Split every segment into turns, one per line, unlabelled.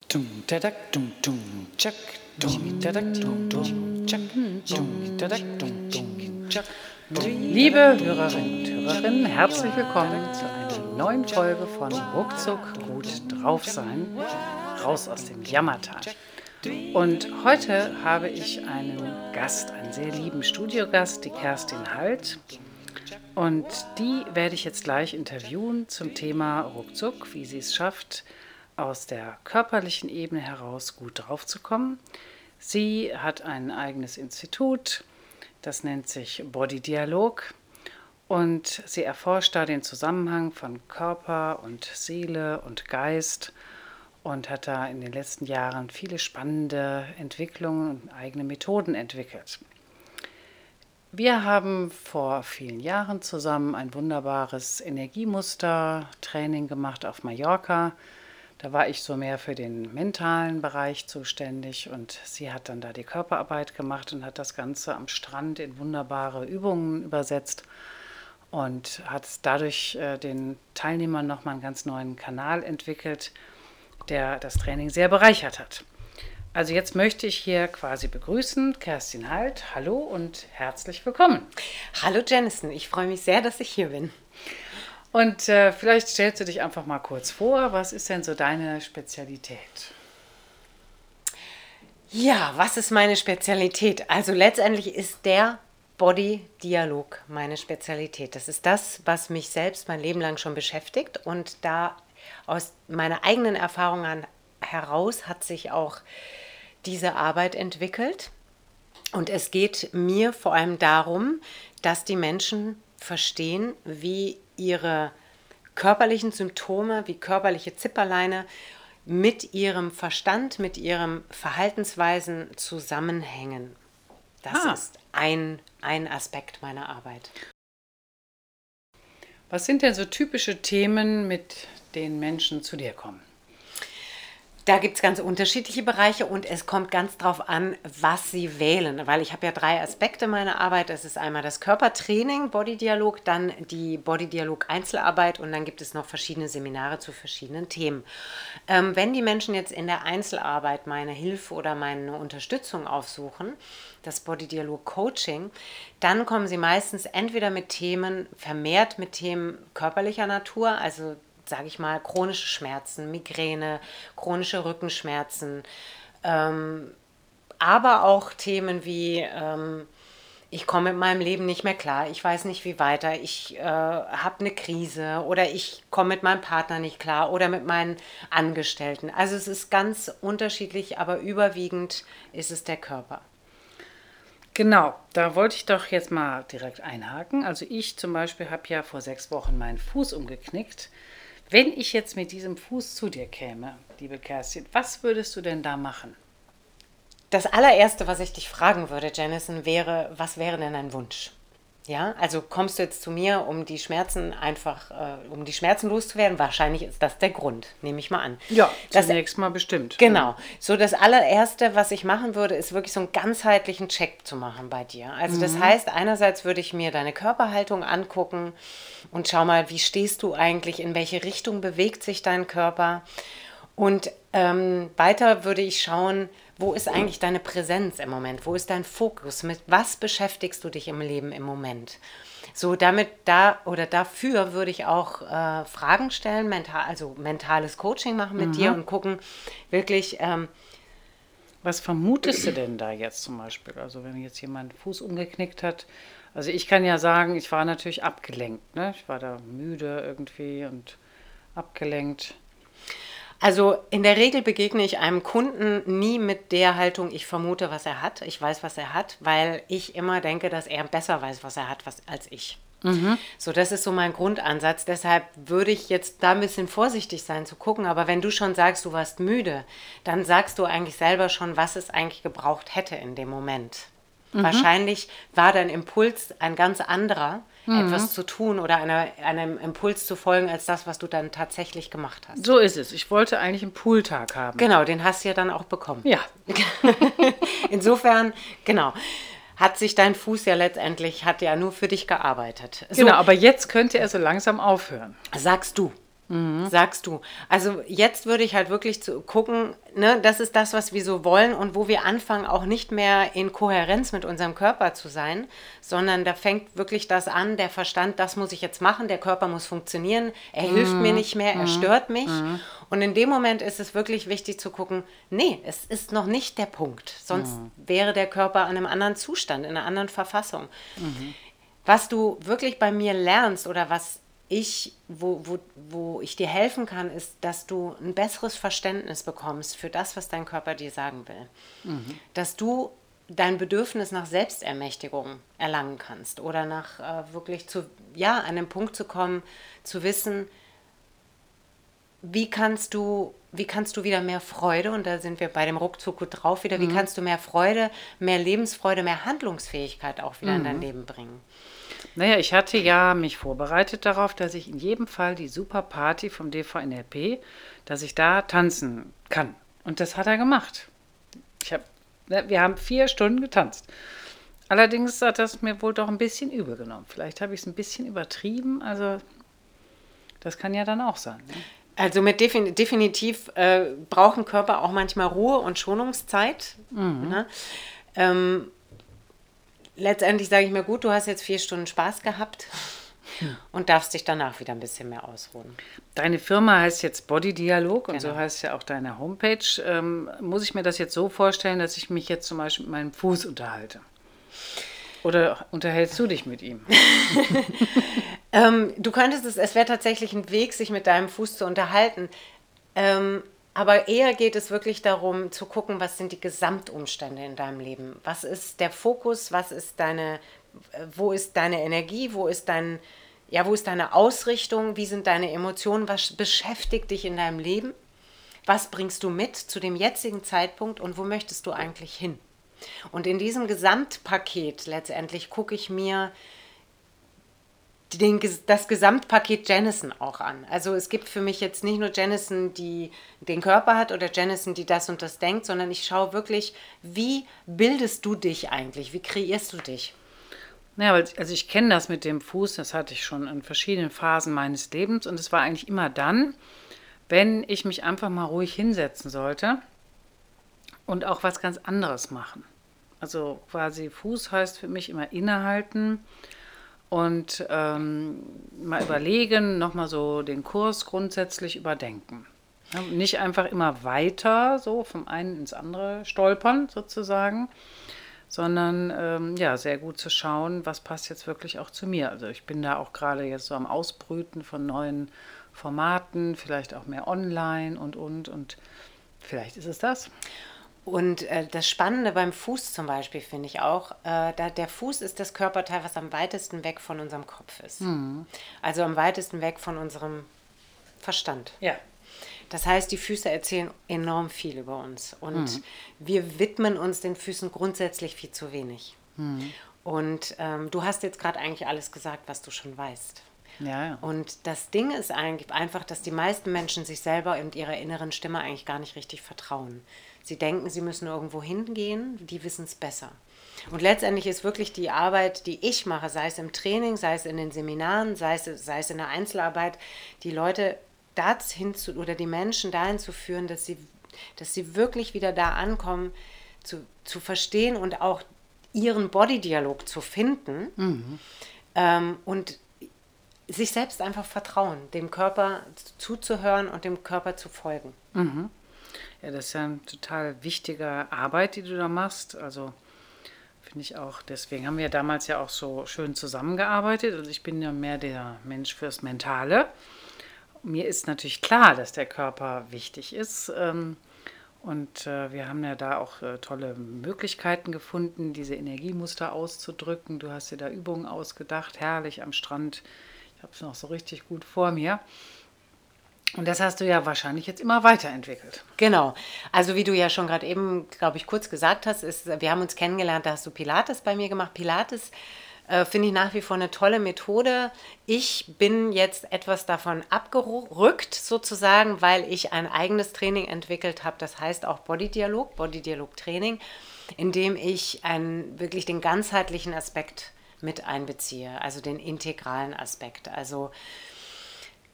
Dum dadak dum dum tschak dum dadak dum dum tschak dum dadak dum dum tschak. Liebe Hörerinnen und Hörer, herzlich willkommen zu einer neuen Folge von Ruckzuck gut drauf sein, raus aus dem Jammertal. Und heute habe ich einen Gast, einen sehr lieben Studiogast, die Kerstin Halt. Und die werde ich jetzt gleich interviewen zum Thema Ruckzuck, wie sie es schafft, aus der körperlichen Ebene heraus gut drauf zu kommen. Sie hat ein eigenes Institut, das nennt sich Body Dialog, und sie erforscht da den Zusammenhang von Körper und Seele und Geist und hat da in den letzten Jahren viele spannende Entwicklungen und eigene Methoden entwickelt. Wir haben vor vielen Jahren zusammen ein wunderbares Energiemuster-Training gemacht auf Mallorca. Da war ich so mehr für den mentalen Bereich zuständig und sie hat dann da die Körperarbeit gemacht und hat das Ganze am Strand in wunderbare Übungen übersetzt und hat dadurch den Teilnehmern nochmal einen ganz neuen Kanal entwickelt, der das Training sehr bereichert hat. Also jetzt möchte ich hier quasi begrüßen Kerstin Halt. Hallo und herzlich willkommen.
Hallo Jennison, ich freue mich sehr, dass ich hier bin.
Und vielleicht stellst du dich einfach mal kurz vor. Was ist denn so deine Spezialität?
Ja, was ist meine Spezialität? Also letztendlich ist der Body-Dialog meine Spezialität. Das ist das, was mich selbst mein Leben lang schon beschäftigt. Und da aus meiner eigenen Erfahrung heraus hat sich auch diese Arbeit entwickelt. Und es geht mir vor allem darum, dass die Menschen verstehen, wie ihre körperlichen Symptome, wie körperliche Zipperleine mit ihrem Verstand, mit ihren Verhaltensweisen zusammenhängen. Das ist ein Aspekt meiner Arbeit.
Was sind denn so typische Themen, mit denen Menschen zu dir kommen?
Da gibt es ganz unterschiedliche Bereiche und es kommt ganz drauf an, was sie wählen, weil ich habe ja 3 Aspekte meiner Arbeit. Das ist einmal das Körpertraining, Bodydialog, dann die Bodydialog-Einzelarbeit und dann gibt es noch verschiedene Seminare zu verschiedenen Themen. Wenn die Menschen jetzt in der Einzelarbeit meine Hilfe oder meine Unterstützung aufsuchen, das Bodydialog-Coaching, dann kommen sie meistens entweder vermehrt mit Themen körperlicher Natur, also sage ich mal, chronische Schmerzen, Migräne, chronische Rückenschmerzen, aber auch Themen wie, ich komme mit meinem Leben nicht mehr klar, ich weiß nicht wie weiter, ich habe eine Krise oder ich komme mit meinem Partner nicht klar oder mit meinen Angestellten. Also es ist ganz unterschiedlich, aber überwiegend ist es der Körper.
Genau, da wollte ich doch jetzt mal direkt einhaken. Also ich zum Beispiel habe ja vor 6 Wochen meinen Fuß umgeknickt. Wenn ich jetzt mit diesem Fuß zu dir käme, liebe Kerstin, was würdest du denn da machen?
Das allererste, was ich dich fragen würde, Jennison, wäre, was wäre denn dein Wunsch? Ja, also kommst du jetzt zu mir, um die Schmerzen loszuwerden? Wahrscheinlich ist das der Grund, nehme ich mal an.
Ja, zunächst mal bestimmt.
Genau. So das allererste, was ich machen würde, ist wirklich so einen ganzheitlichen Check zu machen bei dir. Also das heißt, einerseits würde ich mir deine Körperhaltung angucken und schau mal, wie stehst du eigentlich, in welche Richtung bewegt sich dein Körper? Und weiter würde ich schauen, wo ist eigentlich deine Präsenz im Moment? Wo ist dein Fokus? Mit was beschäftigst du dich im Leben im Moment? So dafür würde ich auch Fragen stellen, mentales Coaching machen mit dir und gucken, wirklich.
Was vermutest du denn da jetzt zum Beispiel? Also wenn jetzt jemand Fuß umgeknickt hat, also ich kann ja sagen, ich war natürlich abgelenkt, ne? Ich war da müde irgendwie und abgelenkt.
Also in der Regel begegne ich einem Kunden nie mit der Haltung, ich vermute, was er hat, ich weiß, was er hat, weil ich immer denke, dass er besser weiß, was er hat, als ich. So, das ist so mein Grundansatz. Deshalb würde ich jetzt da ein bisschen vorsichtig sein zu gucken. Aber wenn du schon sagst, du warst müde, dann sagst du eigentlich selber schon, was es eigentlich gebraucht hätte in dem Moment. Wahrscheinlich war dein Impuls ein ganz anderer, etwas zu tun oder einem Impuls zu folgen, als das, was du dann tatsächlich gemacht hast.
So ist es. Ich wollte eigentlich einen Pooltag haben.
Genau, den hast du ja dann auch bekommen.
Ja.
Insofern, genau, hat sich dein Fuß hat ja nur für dich gearbeitet.
Genau, aber jetzt könnte er so langsam aufhören.
Sagst du. sagst du. Also jetzt würde ich halt wirklich gucken, ne, das ist das, was wir so wollen und wo wir anfangen, auch nicht mehr in Kohärenz mit unserem Körper zu sein, sondern da fängt wirklich das an, der Verstand, das muss ich jetzt machen, der Körper muss funktionieren, er hilft mir nicht mehr, er stört mich. Und in dem Moment ist es wirklich wichtig zu gucken, nee, es ist noch nicht der Punkt, sonst wäre der Körper in einem anderen Zustand, in einer anderen Verfassung. Was du wirklich bei mir lernst oder wo ich dir helfen kann, ist, dass du ein besseres Verständnis bekommst für das, was dein Körper dir sagen will. Dass du dein Bedürfnis nach Selbstermächtigung erlangen kannst oder nach wirklich an einen Punkt zu kommen, zu wissen, wie kannst du wieder mehr Freude, und da sind wir bei dem Ruckzuck gut drauf wieder, wie kannst du mehr Freude, mehr Lebensfreude, mehr Handlungsfähigkeit auch wieder in dein Leben bringen?
Naja, ich hatte ja mich vorbereitet darauf, dass ich in jedem Fall die Superparty vom DVNLP, dass ich da tanzen kann. Und das hat er gemacht. Wir haben 4 Stunden getanzt. Allerdings hat das mir wohl doch ein bisschen übel genommen. Vielleicht habe ich es ein bisschen übertrieben. Also das kann ja dann auch sein. Ne?
Also definitiv brauchen Körper auch manchmal Ruhe und Schonungszeit. Ne? Letztendlich sage ich mir, gut, du hast jetzt 4 Stunden Spaß gehabt und darfst dich danach wieder ein bisschen mehr ausruhen.
Deine Firma heißt jetzt Body Dialog und
Genau.
so heißt ja auch deine Homepage. Muss ich mir das jetzt so vorstellen, dass ich mich jetzt zum Beispiel mit meinem Fuß unterhalte? Oder unterhältst du dich mit ihm?
Du könntest es wäre tatsächlich ein Weg, sich mit deinem Fuß zu unterhalten. Aber eher geht es wirklich darum, zu gucken, was sind die Gesamtumstände in deinem Leben? Was ist der Fokus? Wo ist deine Energie? Wo ist deine Ausrichtung? Wie sind deine Emotionen? Was beschäftigt dich in deinem Leben? Was bringst du mit zu dem jetzigen Zeitpunkt und wo möchtest du eigentlich hin? Und in diesem Gesamtpaket letztendlich gucke ich mir das Gesamtpaket Jennison auch an. Also es gibt für mich jetzt nicht nur Jennison, die den Körper hat oder Jennison, die das und das denkt, sondern ich schaue wirklich, wie bildest du dich eigentlich? Wie kreierst du dich?
Naja, also ich kenne das mit dem Fuß, das hatte ich schon in verschiedenen Phasen meines Lebens und es war eigentlich immer dann, wenn ich mich einfach mal ruhig hinsetzen sollte und auch was ganz anderes machen. Also quasi Fuß heißt für mich immer innehalten und mal überlegen, nochmal so den Kurs grundsätzlich überdenken. Ja, nicht einfach immer weiter so vom einen ins andere stolpern sozusagen, sondern sehr gut zu schauen, was passt jetzt wirklich auch zu mir. Also ich bin da auch gerade jetzt so am Ausbrüten von neuen Formaten, vielleicht auch mehr online und vielleicht ist es das.
Und das Spannende beim Fuß zum Beispiel finde ich auch, der Fuß ist das Körperteil, was am weitesten weg von unserem Kopf ist. Also am weitesten weg von unserem Verstand.
Ja.
Das heißt, die Füße erzählen enorm viel über uns. Und wir widmen uns den Füßen grundsätzlich viel zu wenig. Und du hast jetzt gerade eigentlich alles gesagt, was du schon weißt.
Ja.
Und das Ding ist eigentlich einfach, dass die meisten Menschen sich selber und ihrer inneren Stimme eigentlich gar nicht richtig vertrauen. Sie denken, sie müssen irgendwo hingehen, die wissen es besser. Und letztendlich ist wirklich die Arbeit, die ich mache, sei es im Training, sei es in den Seminaren, sei es in der Einzelarbeit, die Leute oder die Menschen dahin zu führen, dass sie wirklich wieder da ankommen, zu verstehen und auch ihren Body-Dialog zu finden und sich selbst einfach vertrauen, dem Körper zuzuhören und dem Körper zu folgen.
Ja, das ist ja eine total wichtige Arbeit, die du da machst. Also finde ich auch, deswegen haben wir damals ja auch so schön zusammengearbeitet. Also ich bin ja mehr der Mensch fürs Mentale. Mir ist natürlich klar, dass der Körper wichtig ist. Und wir haben ja da auch tolle Möglichkeiten gefunden, diese Energiemuster auszudrücken. Du hast dir da Übungen ausgedacht, herrlich am Strand. Ich habe es noch so richtig gut vor mir. Und das hast du ja wahrscheinlich jetzt immer weiterentwickelt.
Genau. Also wie du ja schon gerade eben, glaube ich, kurz gesagt hast, wir haben uns kennengelernt, da hast du Pilates bei mir gemacht. Pilates finde ich nach wie vor eine tolle Methode. Ich bin jetzt etwas davon abgerückt sozusagen, weil ich ein eigenes Training entwickelt habe. Das heißt auch Body-Dialog-Training, in dem ich wirklich den ganzheitlichen Aspekt mit einbeziehe, also den integralen Aspekt. Also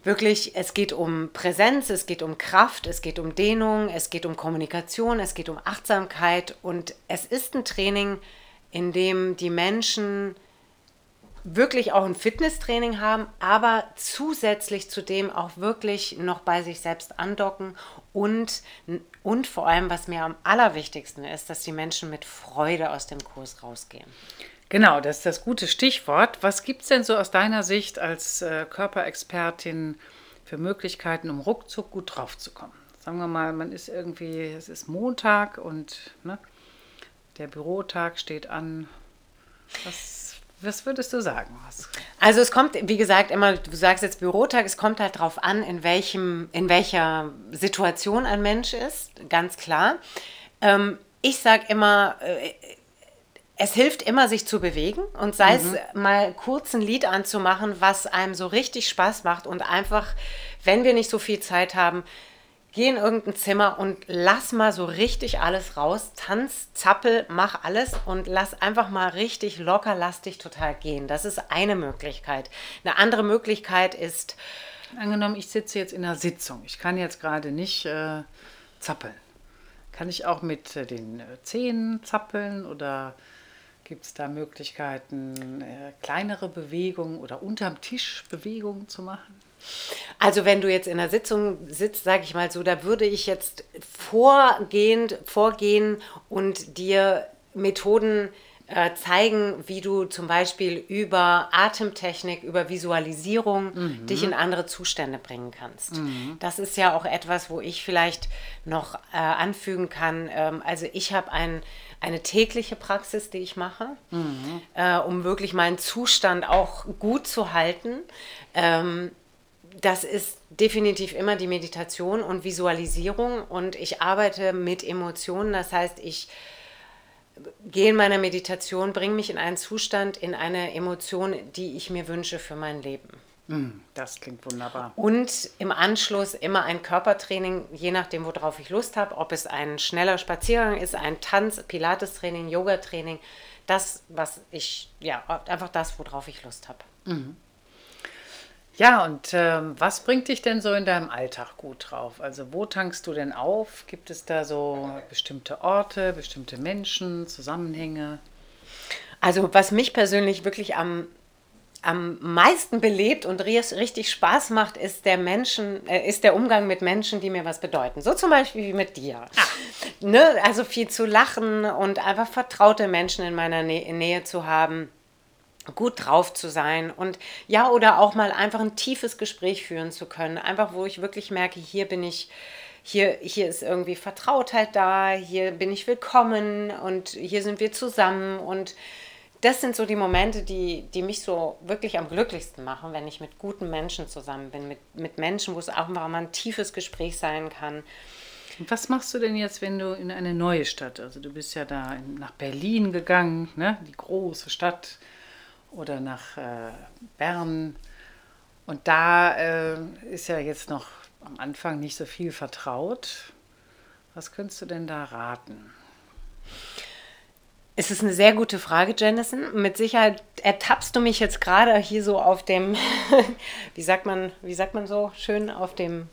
wirklich, es geht um Präsenz, es geht um Kraft, es geht um Dehnung, es geht um Kommunikation, es geht um Achtsamkeit und es ist ein Training, in dem die Menschen wirklich auch ein Fitnesstraining haben, aber zusätzlich zu dem auch wirklich noch bei sich selbst andocken und vor allem, was mir am allerwichtigsten ist, dass die Menschen mit Freude aus dem Kurs rausgehen.
Genau, das ist das gute Stichwort. Was gibt es denn so aus deiner Sicht als Körperexpertin für Möglichkeiten, um ruckzuck gut drauf zu kommen? Sagen wir mal, es ist Montag und ne, der Bürotag steht an. Was würdest du sagen?
Also es kommt, wie gesagt, immer, du sagst jetzt Bürotag, es kommt halt drauf an, in welcher Situation ein Mensch ist, ganz klar. Ich sage immer, es hilft immer, sich zu bewegen und sei es mal kurz ein Lied anzumachen, was einem so richtig Spaß macht und einfach, wenn wir nicht so viel Zeit haben, geh in irgendein Zimmer und lass mal so richtig alles raus, tanz, zappel, mach alles und lass einfach mal richtig locker, lass dich total gehen. Das ist eine Möglichkeit. Eine andere Möglichkeit ist...
Angenommen, ich sitze jetzt in einer Sitzung, ich kann jetzt gerade nicht zappeln. Kann ich auch mit den Zehen zappeln oder... Gibt es da Möglichkeiten, kleinere Bewegungen oder unterm Tisch Bewegungen zu machen?
Also wenn du jetzt in einer Sitzung sitzt, sage ich mal so, da würde ich jetzt vorgehen und dir Methoden zeigen, wie du zum Beispiel über Atemtechnik, über Visualisierung dich in andere Zustände bringen kannst. Das ist ja auch etwas, wo ich vielleicht noch anfügen kann. Also ich habe eine tägliche Praxis, die ich mache, um wirklich meinen Zustand auch gut zu halten. Das ist definitiv immer die Meditation und Visualisierung und ich arbeite mit Emotionen. Das heißt, ich gehe in meiner Meditation, bringe mich in einen Zustand, in eine Emotion, die ich mir wünsche für mein Leben.
Das klingt wunderbar.
Und im Anschluss immer ein Körpertraining, je nachdem, worauf ich Lust habe, ob es ein schneller Spaziergang ist, ein Tanz, Pilates-Training, Yoga-Training, einfach das, worauf ich Lust habe.
Ja, und was bringt dich denn so in deinem Alltag gut drauf? Also wo tankst du denn auf? Gibt es da so bestimmte Orte, bestimmte Menschen, Zusammenhänge?
Also was mich persönlich wirklich am meisten belebt und richtig Spaß macht, ist der Umgang mit Menschen, die mir was bedeuten. So zum Beispiel wie mit dir. Ne? Also viel zu lachen und einfach vertraute Menschen in meiner Nähe zu haben. Gut drauf zu sein und ja, oder auch mal einfach ein tiefes Gespräch führen zu können, einfach wo ich wirklich merke, hier ist irgendwie Vertrautheit da, hier bin ich willkommen und hier sind wir zusammen und das sind so die Momente, die mich so wirklich am glücklichsten machen, wenn ich mit guten Menschen zusammen bin, mit Menschen, wo es auch mal ein tiefes Gespräch sein kann.
Und was machst du denn jetzt, wenn du in eine neue Stadt, also du bist ja da nach Berlin gegangen, ne, die große Stadt, oder nach Bern. Und da ist ja jetzt noch am Anfang nicht so viel vertraut. Was könntest du denn da raten?
Es ist eine sehr gute Frage, Jennison. Mit Sicherheit ertappst du mich jetzt gerade hier so auf dem, wie sagt man so schön, auf dem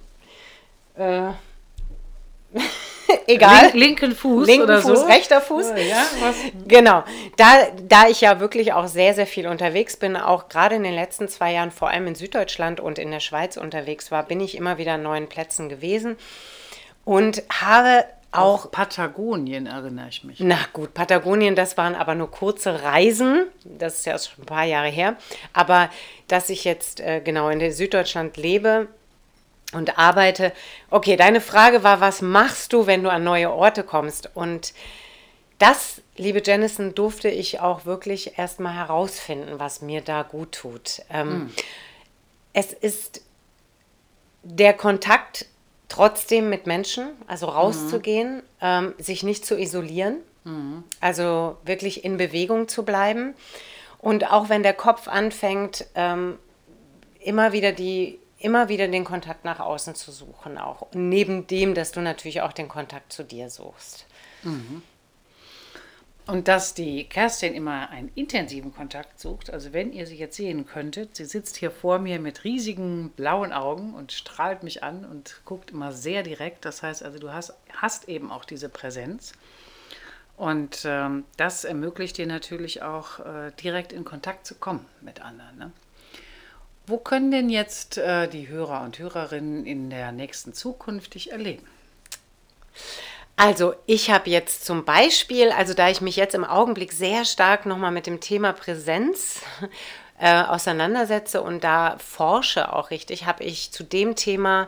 egal.
Linken Fuß
oder Fuß, so? Rechter Fuß.
Ja, was?
Genau. Da ich ja wirklich auch sehr, sehr viel unterwegs bin, auch gerade in den letzten 2 Jahren, vor allem in Süddeutschland und in der Schweiz unterwegs war, bin ich immer wieder an neuen Plätzen gewesen und habe auch
Patagonien erinnere ich mich.
Na gut, Patagonien, das waren aber nur kurze Reisen. Das ist ja schon ein paar Jahre her. Aber dass ich jetzt genau in Süddeutschland lebe und arbeite. Okay, deine Frage war, was machst du, wenn du an neue Orte kommst? Und das, liebe Jennison, durfte ich auch wirklich erstmal herausfinden, was mir da gut tut. Es ist der Kontakt trotzdem mit Menschen, also rauszugehen, sich nicht zu isolieren, also wirklich in Bewegung zu bleiben. Und auch wenn der Kopf anfängt, immer wieder den Kontakt nach außen zu suchen, auch neben dem, dass du natürlich auch den Kontakt zu dir suchst.
Und dass die Kerstin immer einen intensiven Kontakt sucht, also wenn ihr sie jetzt sehen könntet, sie sitzt hier vor mir mit riesigen blauen Augen und strahlt mich an und guckt immer sehr direkt. Das heißt also, du hast eben auch diese Präsenz. Und das ermöglicht dir natürlich auch direkt in Kontakt zu kommen mit anderen. Ne? Wo können denn jetzt die Hörer und Hörerinnen in der nächsten Zukunft dich erleben?
Also ich habe jetzt zum Beispiel, also da ich mich jetzt im Augenblick sehr stark nochmal mit dem Thema Präsenz auseinandersetze und da forsche auch richtig, habe ich zu dem Thema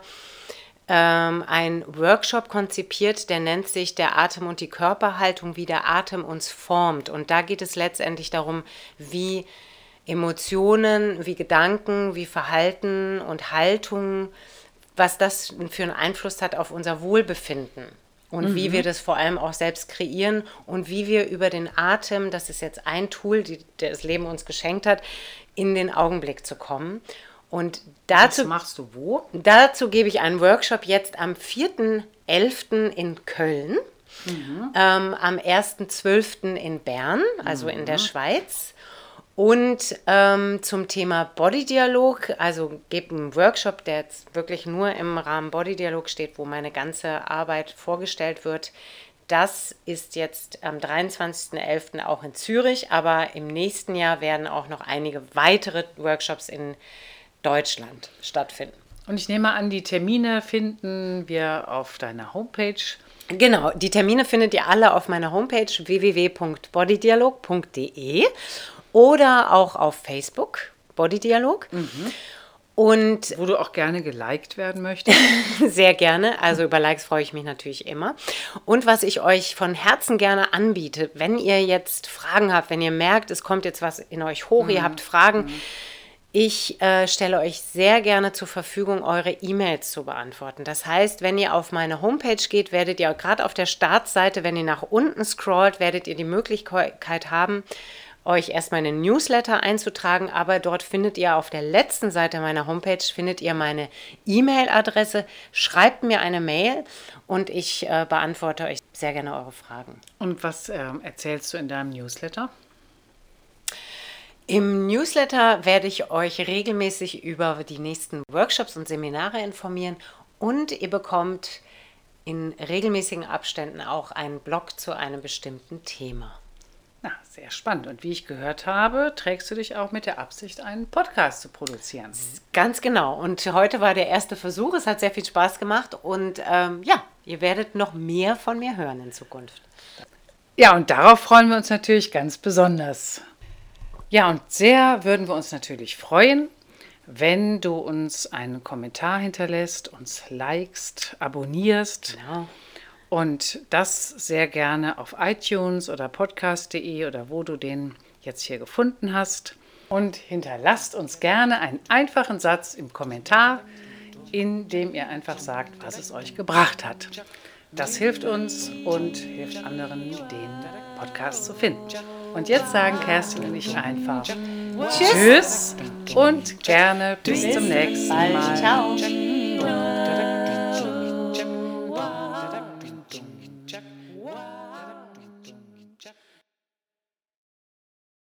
einen Workshop konzipiert, der nennt sich der Atem und die Körperhaltung, wie der Atem uns formt. Und da geht es letztendlich darum, wie Emotionen, wie Gedanken, wie Verhalten und Haltung, was das für einen Einfluss hat auf unser Wohlbefinden. Und wie wir das vor allem auch selbst kreieren und wie wir über den Atem, das ist jetzt ein Tool, der das Leben uns geschenkt hat, in den Augenblick zu kommen. Und dazu,
das machst du wo?
Dazu gebe ich einen Workshop jetzt am 4.11. in Köln, am 1.12. in Bern, also in der Schweiz. Und zum Thema Bodydialog, also gebe einen Workshop, der jetzt wirklich nur im Rahmen Bodydialog steht, wo meine ganze Arbeit vorgestellt wird. Das ist jetzt am 23.11. auch in Zürich, aber im nächsten Jahr werden auch noch einige weitere Workshops in Deutschland stattfinden.
Und ich nehme an, die Termine finden wir auf deiner Homepage.
Genau, die Termine findet ihr alle auf meiner Homepage www.bodydialog.de. Oder auch auf Facebook, Bodydialog. Und
wo du auch gerne geliked werden möchtest.
Sehr gerne, also über Likes freue ich mich natürlich immer. Und was ich euch von Herzen gerne anbiete, wenn ihr jetzt Fragen habt, wenn ihr merkt, es kommt jetzt was in euch hoch, ihr habt Fragen, ich stelle euch sehr gerne zur Verfügung, eure E-Mails zu beantworten. Das heißt, wenn ihr auf meine Homepage geht, werdet ihr gerade auf der Startseite, wenn ihr nach unten scrollt, werdet ihr die Möglichkeit haben, euch erstmal in den Newsletter einzutragen, aber dort findet ihr auf der letzten Seite meiner Homepage findet ihr meine E-Mail-Adresse. Schreibt mir eine Mail und ich beantworte euch sehr gerne eure Fragen.
Und was erzählst du in deinem Newsletter?
Im Newsletter werde ich euch regelmäßig über die nächsten Workshops und Seminare informieren und ihr bekommt in regelmäßigen Abständen auch einen Blog zu einem bestimmten Thema.
Na, sehr spannend. Und wie ich gehört habe, trägst du dich auch mit der Absicht, einen Podcast zu produzieren.
Ganz genau. Und heute war der erste Versuch. Es hat sehr viel Spaß gemacht. Und ihr werdet noch mehr von mir hören in Zukunft.
Ja, und darauf freuen wir uns natürlich ganz besonders. Ja, und sehr würden wir uns natürlich freuen, wenn du uns einen Kommentar hinterlässt, uns likest, abonnierst.
Genau.
Und das sehr gerne auf iTunes oder podcast.de oder wo du den jetzt hier gefunden hast. Und hinterlasst uns gerne einen einfachen Satz im Kommentar, in dem ihr einfach sagt, was es euch gebracht hat. Das hilft uns und hilft anderen, den Podcast zu finden. Und jetzt sagen Kerstin und ich einfach Tschüss und gerne bis zum nächsten Mal.
Ciao.